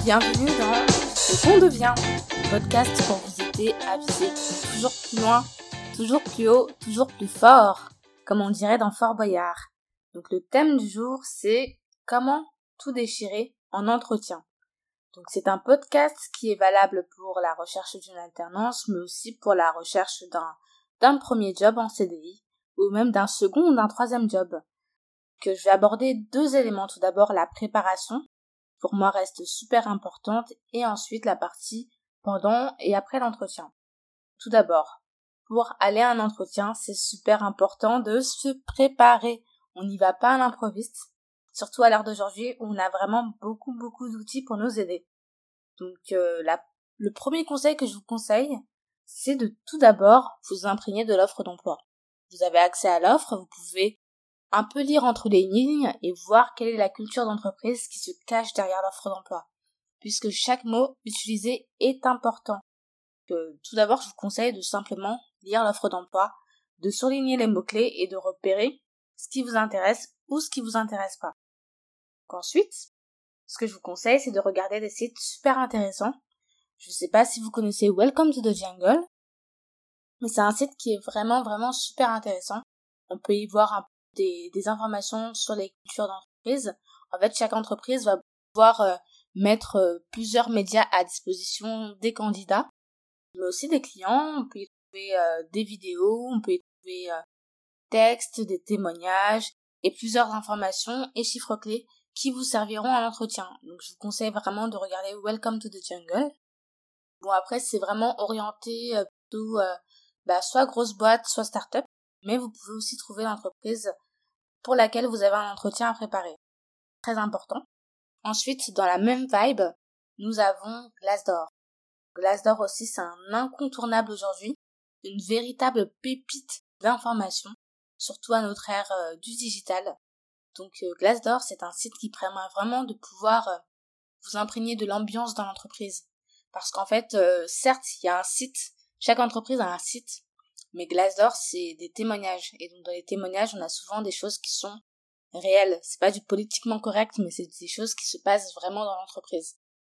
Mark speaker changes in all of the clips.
Speaker 1: Bienvenue dans Ce qu'on devient, podcast pour vous aider à viser toujours plus loin, toujours plus haut, toujours plus fort, comme on dirait dans Fort Boyard. Donc le thème du jour, c'est comment tout déchirer en entretien. Donc c'est un podcast qui est valable pour la recherche d'une alternance, mais aussi pour la recherche d'un premier job en CDI, ou même d'un second ou d'un troisième job. Que je vais aborder deux éléments. Tout d'abord, la préparation, pour moi reste super importante, et ensuite la partie pendant et après l'entretien. Tout d'abord, pour aller à un entretien, c'est super important de se préparer. On n'y va pas à l'improviste, surtout à l'heure d'aujourd'hui où on a vraiment beaucoup d'outils pour nous aider. Donc le premier conseil que je vous conseille, c'est de tout d'abord vous imprégner de l'offre d'emploi. Vous avez accès à l'offre, vous pouvez un peu lire entre les lignes et voir quelle est la culture d'entreprise qui se cache derrière l'offre d'emploi, puisque chaque mot utilisé est important. Tout d'abord, je vous conseille de simplement lire l'offre d'emploi, de surligner les mots-clés et de repérer ce qui vous intéresse ou ce qui vous intéresse pas. Ensuite, ce que je vous conseille, c'est de regarder des sites super intéressants. Je ne sais pas si vous connaissez Welcome to the Jungle, mais c'est un site qui est vraiment super intéressant. On peut y voir des informations sur les cultures d'entreprise. En fait, chaque entreprise va pouvoir mettre plusieurs médias à disposition des candidats, mais aussi des clients. On peut y trouver des vidéos, on peut y trouver textes, des témoignages et plusieurs informations et chiffres clés qui vous serviront à l'entretien. Donc je vous conseille vraiment de regarder Welcome to the Jungle. Bon, après c'est vraiment orienté plutôt soit grosse boîte, soit start-up, mais vous pouvez aussi trouver l'entreprise pour laquelle vous avez un entretien à préparer. Très important. Ensuite, dans la même vibe, nous avons Glassdoor. Glassdoor aussi, c'est un incontournable aujourd'hui, une véritable pépite d'information, surtout à notre ère du digital. Donc Glassdoor, c'est un site qui permet vraiment de pouvoir vous imprégner de l'ambiance dans l'entreprise. Parce qu'en fait, certes, il y a un site, chaque entreprise a un site, mais Glassdoor, c'est des témoignages. Et donc dans les témoignages, on a souvent des choses qui sont réelles. C'est pas du politiquement correct, mais c'est des choses qui se passent vraiment dans l'entreprise.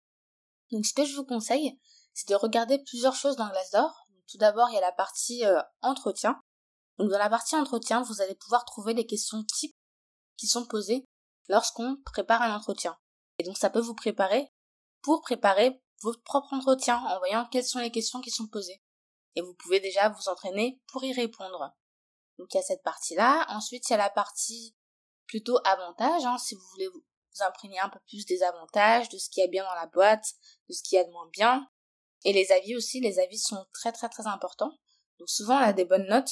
Speaker 1: Donc ce que je vous conseille, c'est de regarder plusieurs choses dans Glassdoor. Donc, tout d'abord, il y a la partie entretien. Donc dans la partie entretien, vous allez pouvoir trouver les questions types qui sont posées lorsqu'on prépare un entretien. Et donc ça peut vous préparer pour préparer votre propre entretien en voyant quelles sont les questions qui sont posées. Et vous pouvez déjà vous entraîner pour y répondre. Donc il y a cette partie-là. Ensuite, il y a la partie plutôt avantages, si vous voulez vous imprégner un peu plus des avantages, de ce qu'il y a bien dans la boîte, de ce qu'il y a de moins bien. Et les avis aussi, les avis sont très importants. Donc souvent on a des bonnes notes.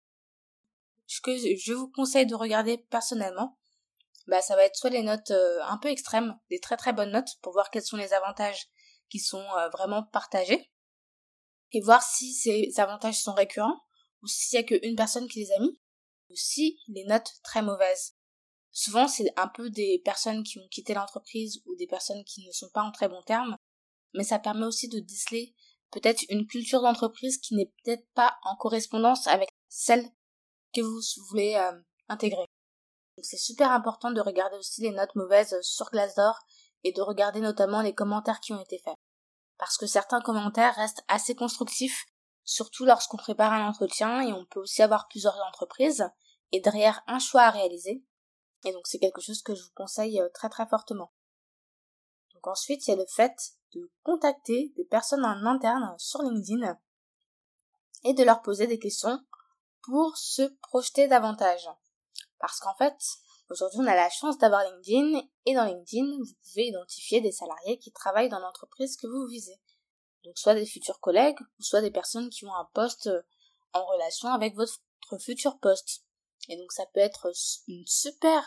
Speaker 1: Ce que je vous conseille de regarder personnellement, ça va être soit les notes un peu extrêmes, des très bonnes notes, pour voir quels sont les avantages qui sont vraiment partagés, et voir si ces avantages sont récurrents, ou s'il y a qu'une personne qui les a mis, ou si les notes très mauvaises. Souvent, c'est un peu des personnes qui ont quitté l'entreprise ou des personnes qui ne sont pas en très bons termes, mais ça permet aussi de déceler peut-être une culture d'entreprise qui n'est peut-être pas en correspondance avec celle que vous voulez intégrer. Donc c'est super important de regarder aussi les notes mauvaises sur Glassdoor et de regarder notamment les commentaires qui ont été faits. Parce que certains commentaires restent assez constructifs, surtout lorsqu'on prépare un entretien, et on peut aussi avoir plusieurs entreprises et derrière un choix à réaliser. Et donc c'est quelque chose que je vous conseille très fortement. Donc ensuite, il y a le fait de contacter des personnes en interne sur LinkedIn et de leur poser des questions pour se projeter davantage. Parce qu'en fait, aujourd'hui, on a la chance d'avoir LinkedIn, et dans LinkedIn, vous pouvez identifier des salariés qui travaillent dans l'entreprise que vous visez. Donc soit des futurs collègues, ou soit des personnes qui ont un poste en relation avec votre futur poste. Et donc ça peut être une super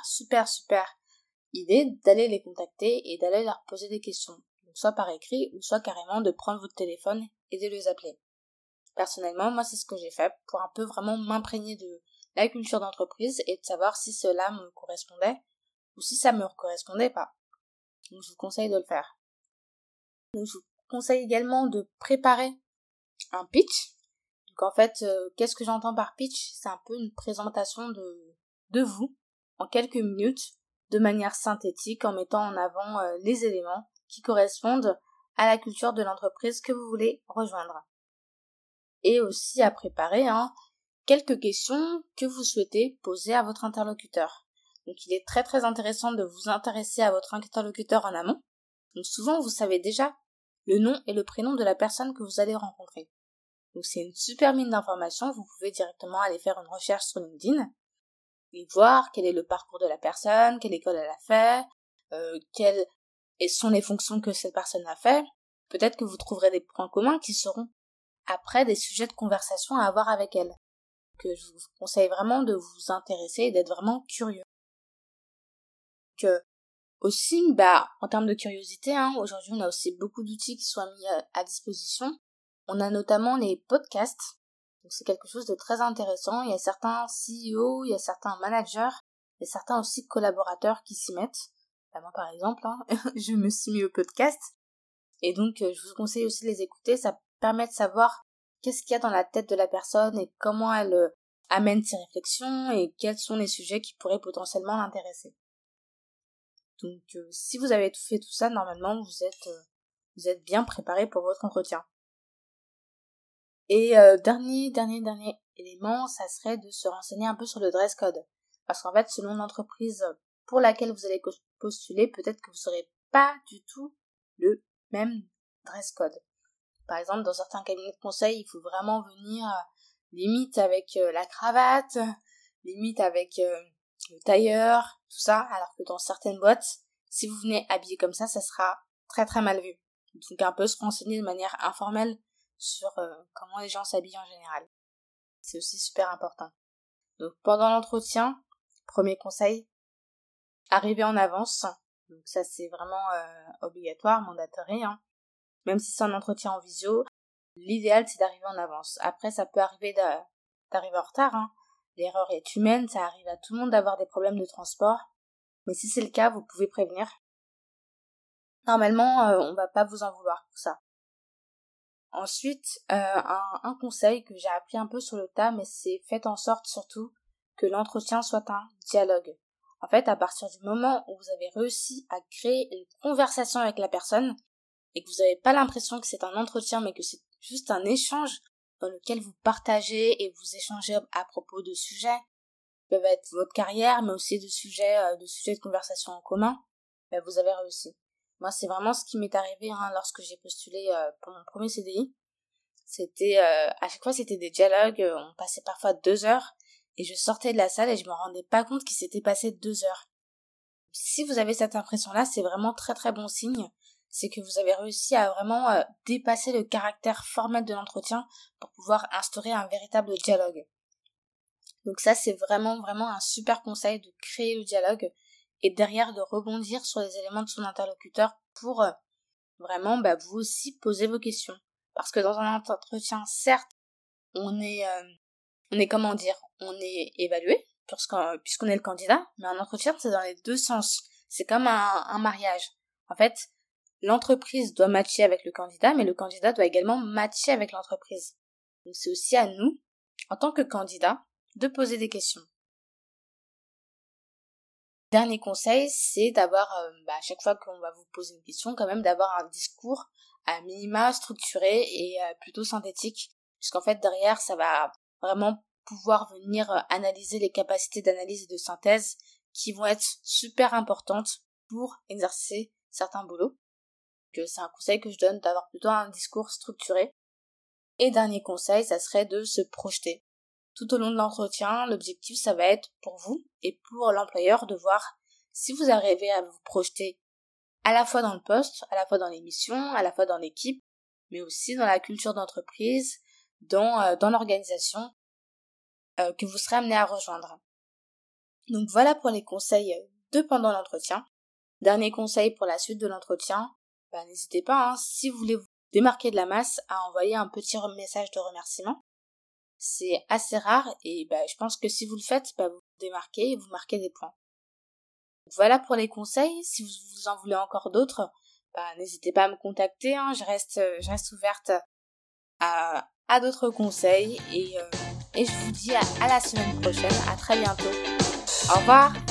Speaker 1: idée d'aller les contacter et d'aller leur poser des questions. Donc soit par écrit, ou soit carrément de prendre votre téléphone et de les appeler. Personnellement, moi c'est ce que j'ai fait pour un peu vraiment m'imprégner de la culture d'entreprise et de savoir si cela me correspondait ou si ça me correspondait pas. Donc je vous conseille de le faire. Donc je vous conseille également de préparer un pitch. Donc en fait, qu'est-ce que j'entends par pitch ? C'est un peu une présentation de vous en quelques minutes, de manière synthétique, en mettant en avant les éléments qui correspondent à la culture de l'entreprise que vous voulez rejoindre. Et aussi à préparer quelques questions que vous souhaitez poser à votre interlocuteur. Donc il est très très intéressant de vous intéresser à votre interlocuteur en amont. Donc souvent vous savez déjà le nom et le prénom de la personne que vous allez rencontrer. Donc c'est une super mine d'informations, vous pouvez directement aller faire une recherche sur LinkedIn et voir quel est le parcours de la personne, quelle école elle a fait, quelles sont les fonctions que cette personne a fait. Peut-être que vous trouverez des points communs qui seront après des sujets de conversation à avoir avec elle. Que je vous conseille vraiment de vous intéresser et d'être vraiment curieux. Que aussi, en termes de curiosité, aujourd'hui on a aussi beaucoup d'outils qui sont mis à disposition. On a notamment les podcasts. Donc c'est quelque chose de très intéressant. Il y a certains CEO, il y a certains managers, il y a certains aussi collaborateurs qui s'y mettent. Moi par exemple, je me suis mis au podcast. Et donc je vous conseille aussi de les écouter. Ça permet de savoir qu'est-ce qu'il y a dans la tête de la personne et comment elle amène ses réflexions et quels sont les sujets qui pourraient potentiellement l'intéresser. Donc si vous avez fait tout ça, normalement vous êtes bien préparé pour votre entretien. Et dernier élément, ça serait de se renseigner un peu sur le dress code. Parce qu'en fait, selon l'entreprise pour laquelle vous allez postuler, peut-être que vous n'aurez pas du tout le même dress code. Par exemple, dans certains cabinets de conseil, il faut vraiment venir limite avec la cravate, limite avec le tailleur, tout ça, alors que dans certaines boîtes, si vous venez habillé comme ça sera très très mal vu. Donc un peu se renseigner de manière informelle sur comment les gens s'habillent en général. C'est aussi super important. Donc pendant l'entretien, premier conseil, arrivez en avance. Donc ça c'est vraiment obligatoire, mandatory. Même si c'est un entretien en visio, l'idéal c'est d'arriver en avance. Après ça peut arriver d'arriver en retard. L'erreur est humaine, ça arrive à tout le monde d'avoir des problèmes de transport. Mais si c'est le cas, vous pouvez prévenir. Normalement, on va pas vous en vouloir pour ça. Ensuite, un conseil que j'ai appris un peu sur le tas, mais c'est faites en sorte surtout que l'entretien soit un dialogue. En fait, à partir du moment où vous avez réussi à créer une conversation avec la personne et que vous n'avez pas l'impression que c'est un entretien, mais que c'est juste un échange dans lequel vous partagez et vous échangez à propos de sujets qui peuvent être votre carrière, mais aussi de sujets de conversation en commun, vous avez réussi. Moi, c'est vraiment ce qui m'est arrivé lorsque j'ai postulé pour mon premier CDI. C'était à chaque fois c'était des dialogues, on passait parfois 2 heures et je sortais de la salle et je me rendais pas compte qu'il s'était passé 2 heures. Si vous avez cette impression-là, c'est vraiment très très bon signe. C'est que vous avez réussi à vraiment dépasser le caractère formel de l'entretien pour pouvoir instaurer un véritable dialogue. Donc ça, c'est vraiment vraiment un super conseil de créer le dialogue et derrière de rebondir sur les éléments de son interlocuteur pour vraiment vous aussi poser vos questions. Parce que dans un entretien, certes, on est évalué puisqu'on est le candidat, mais un entretien c'est dans les deux sens. C'est comme un mariage. En fait, l'entreprise doit matcher avec le candidat, mais le candidat doit également matcher avec l'entreprise. Donc c'est aussi à nous, en tant que candidat, de poser des questions. Dernier conseil, c'est d'avoir, à chaque fois qu'on va vous poser une question, quand même d'avoir un discours à minima structuré et plutôt synthétique, puisqu'en fait derrière ça va vraiment pouvoir venir analyser les capacités d'analyse et de synthèse qui vont être super importantes pour exercer certains boulots. Donc c'est un conseil que je donne d'avoir plutôt un discours structuré. Et dernier conseil, ça serait de se projeter. Tout au long de l'entretien, l'objectif, ça va être pour vous et pour l'employeur de voir si vous arrivez à vous projeter à la fois dans le poste, à la fois dans les missions, à la fois dans l'équipe, mais aussi dans la culture d'entreprise, dans l'organisation que vous serez amené à rejoindre. Donc voilà pour les conseils de pendant l'entretien. Dernier conseil pour la suite de l'entretien, n'hésitez pas, si vous voulez vous démarquer de la masse, à envoyer un petit message de remerciement. C'est assez rare et je pense que si vous le faites, vous vous démarquez et vous marquez des points. Donc voilà pour les conseils. Si vous en voulez encore d'autres, n'hésitez pas à me contacter. Je reste ouverte à d'autres conseils et je vous dis à la semaine prochaine. À très bientôt. Au revoir.